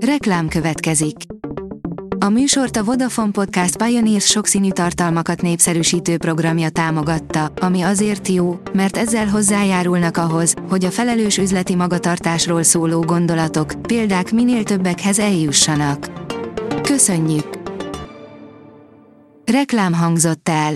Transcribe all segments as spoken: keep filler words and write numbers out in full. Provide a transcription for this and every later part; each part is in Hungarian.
Reklám következik. A műsort a Vodafone Podcast Pioneers sokszínű tartalmakat népszerűsítő programja támogatta, ami azért jó, mert ezzel hozzájárulnak ahhoz, hogy a felelős üzleti magatartásról szóló gondolatok, példák minél többekhez eljussanak. Köszönjük! Reklám hangzott el.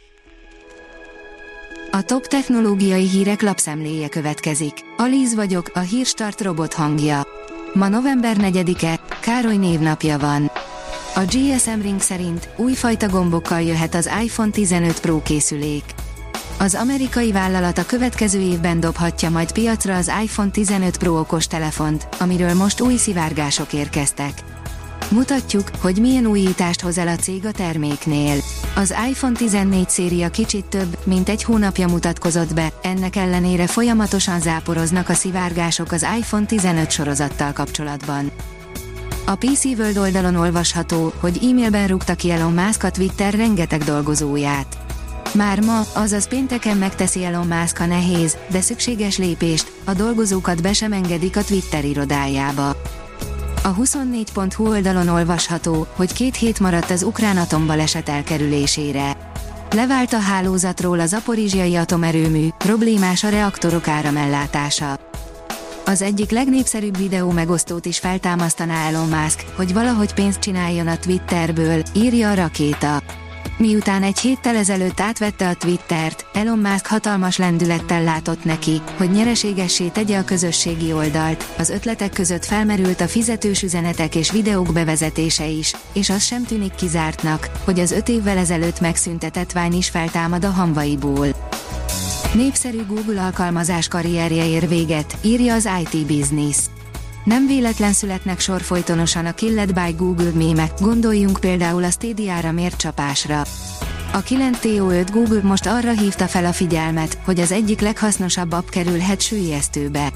A top technológiai hírek lapszemléje következik. Alíz vagyok, a Hírstart robot hangja. Ma november negyedike, Károly névnapja van. A gé es em Ring szerint újfajta gombokkal jöhet az iPhone tizenöt Pro készülék. Az amerikai vállalat a következő évben dobhatja majd piacra az iPhone tizenöt Pro okostelefont, amiről most új szivárgások érkeztek. Mutatjuk, hogy milyen újítást hoz el a cég a terméknél. Az iPhone tizennégy széria kicsit több, mint egy hónapja mutatkozott be, ennek ellenére folyamatosan záporoznak a szivárgások az iPhone tizenöt sorozattal kapcsolatban. A pé cé World oldalon olvasható, hogy e-mailben rúgta ki Elon Musk a Twitter rengeteg dolgozóját. Már ma, azaz pénteken megteszi Elon Musk a nehéz, de szükséges lépést, a dolgozókat be sem engedik a Twitter irodájába. A huszonnégy pont hu oldalon olvasható, hogy két hét maradt az ukrán atombaleset elkerülésére. Levált a hálózatról a zaporizsjai atomerőmű, problémás a reaktorok áramellátása. Az egyik legnépszerűbb videó megosztót is feltámasztaná Elon Musk, hogy valahogy pénzt csináljon a Twitterből, írja a Rakéta. Miután egy héttel ezelőtt átvette a Twittert, Elon Musk hatalmas lendülettel látott neki, hogy nyereségessé tegye a közösségi oldalt, az ötletek között felmerült a fizetős üzenetek és videók bevezetése is, és az sem tűnik kizártnak, hogy az öt évvel ezelőtt megszüntetett Vine is feltámad a hamvaiból. Népszerű Google alkalmazás karrierje ér véget, írja az i té Business. Nem véletlen születnek sorfolytonosan a Killed by Google mémek, gondoljunk például a Stadia-ra mért csapásra. A kilenc té o öt Google most arra hívta fel a figyelmet, hogy az egyik leghasznosabb app kerülhet süllyesztőbe.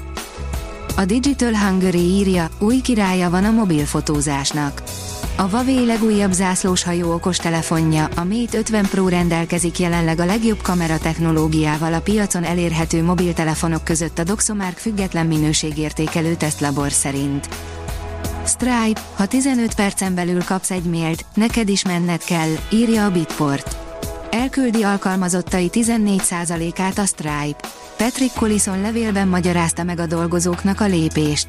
A Digital Hungary írja, új királya van a mobilfotózásnak. A Huawei legújabb zászlóshajó okostelefonja, a Mate ötven Pro rendelkezik jelenleg a legjobb kamera technológiával a piacon elérhető mobiltelefonok között a Doxomark független minőségértékelő tesztlabor szerint. Stripe, ha tizenöt percen belül kapsz egy mailt, neked is menned kell, írja a Bitport. Elküldi alkalmazottai tizennégy százalékát a Stripe. Patrick Collison levélben magyarázta meg a dolgozóknak a lépést.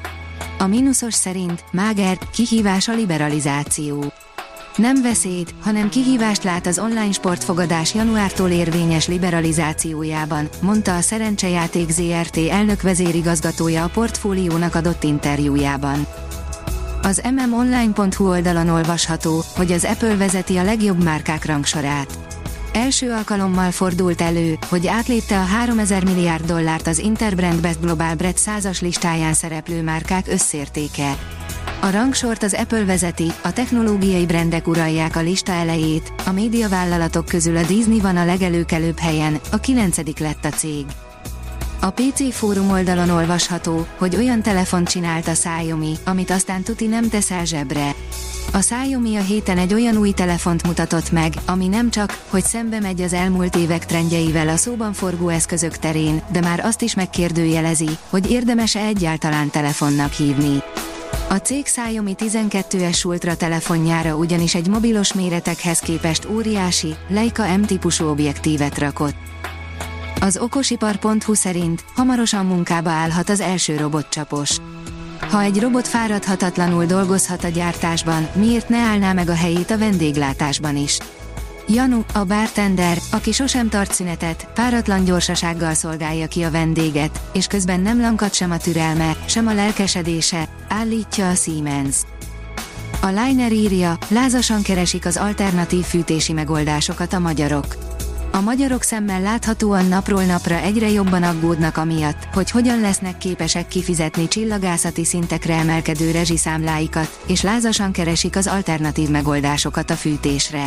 A mínuszos szerint máger, kihívás a liberalizáció. Nem veszélyt, hanem kihívást lát az online sportfogadás januártól érvényes liberalizációjában, mondta a Szerencsejáték zé er té elnök vezérigazgatója a Portfóliónak adott interjújában. Az em em online pont hu oldalon olvasható, hogy az Apple vezeti a legjobb márkák rangsorát. Első alkalommal fordult elő, hogy átlépte a háromezer milliárd dollárt az Interbrand Best Global Brand százas listáján szereplő márkák összértéke. A rangsort az Apple vezeti, a technológiai brandek uralják a lista elejét, a médiavállalatok közül a Disney van a legelőkelőbb helyen, a kilencedik lett a cég. A pé cé fórum oldalon olvasható, hogy olyan telefont csinált a Xiaomi, amit aztán tuti nem teszel zsebre. A Xiaomi a héten egy olyan új telefont mutatott meg, ami nem csak, hogy szembe megy az elmúlt évek trendjeivel a szóban forgó eszközök terén, de már azt is megkérdőjelezi, hogy érdemes-e egyáltalán telefonnak hívni. A cég Xiaomi tizenkettő es Ultra telefonjára ugyanis egy mobilos méretekhez képest óriási, Leica M típusú objektívet rakott. Az okosipar pont hu szerint hamarosan munkába állhat az első robotcsapos. Ha egy robot fáradhatatlanul dolgozhat a gyártásban, miért ne állná meg a helyét a vendéglátásban is? Janu, a bartender, aki sosem tart szünetet, páratlan gyorsasággal szolgálja ki a vendéget, és közben nem lankad sem a türelme, sem a lelkesedése, állítja a Siemens. A Liner írja, lázasan keresik az alternatív fűtési megoldásokat a magyarok. A magyarok szemmel láthatóan napról napra egyre jobban aggódnak amiatt, hogy hogyan lesznek képesek kifizetni csillagászati szintekre emelkedő rezsiszámláikat, és lázasan keresik az alternatív megoldásokat a fűtésre.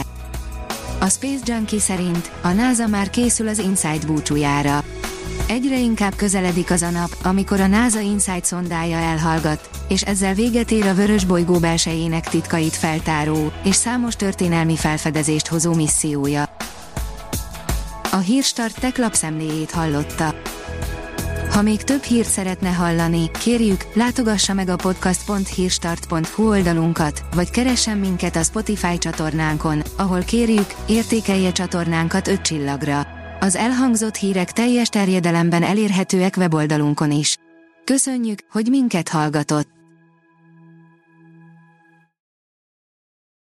A Space Junkie szerint a NASA már készül az InSight búcsújára. Egyre inkább közeledik az a nap, amikor a NASA InSight szondája elhallgat, és ezzel véget ér a vörös bolygó belsejének titkait feltáró, és számos történelmi felfedezést hozó missziója. A Hírstart tech lapszemléjét hallotta. Ha még több hírt szeretne hallani, kérjük, látogassa meg a podcast pont hírstart pont hu oldalunkat, vagy keressen minket a Spotify csatornánkon, ahol kérjük, értékelje csatornánkat öt csillagra. Az elhangzott hírek teljes terjedelemben elérhetőek weboldalunkon is. Köszönjük, hogy minket hallgatott!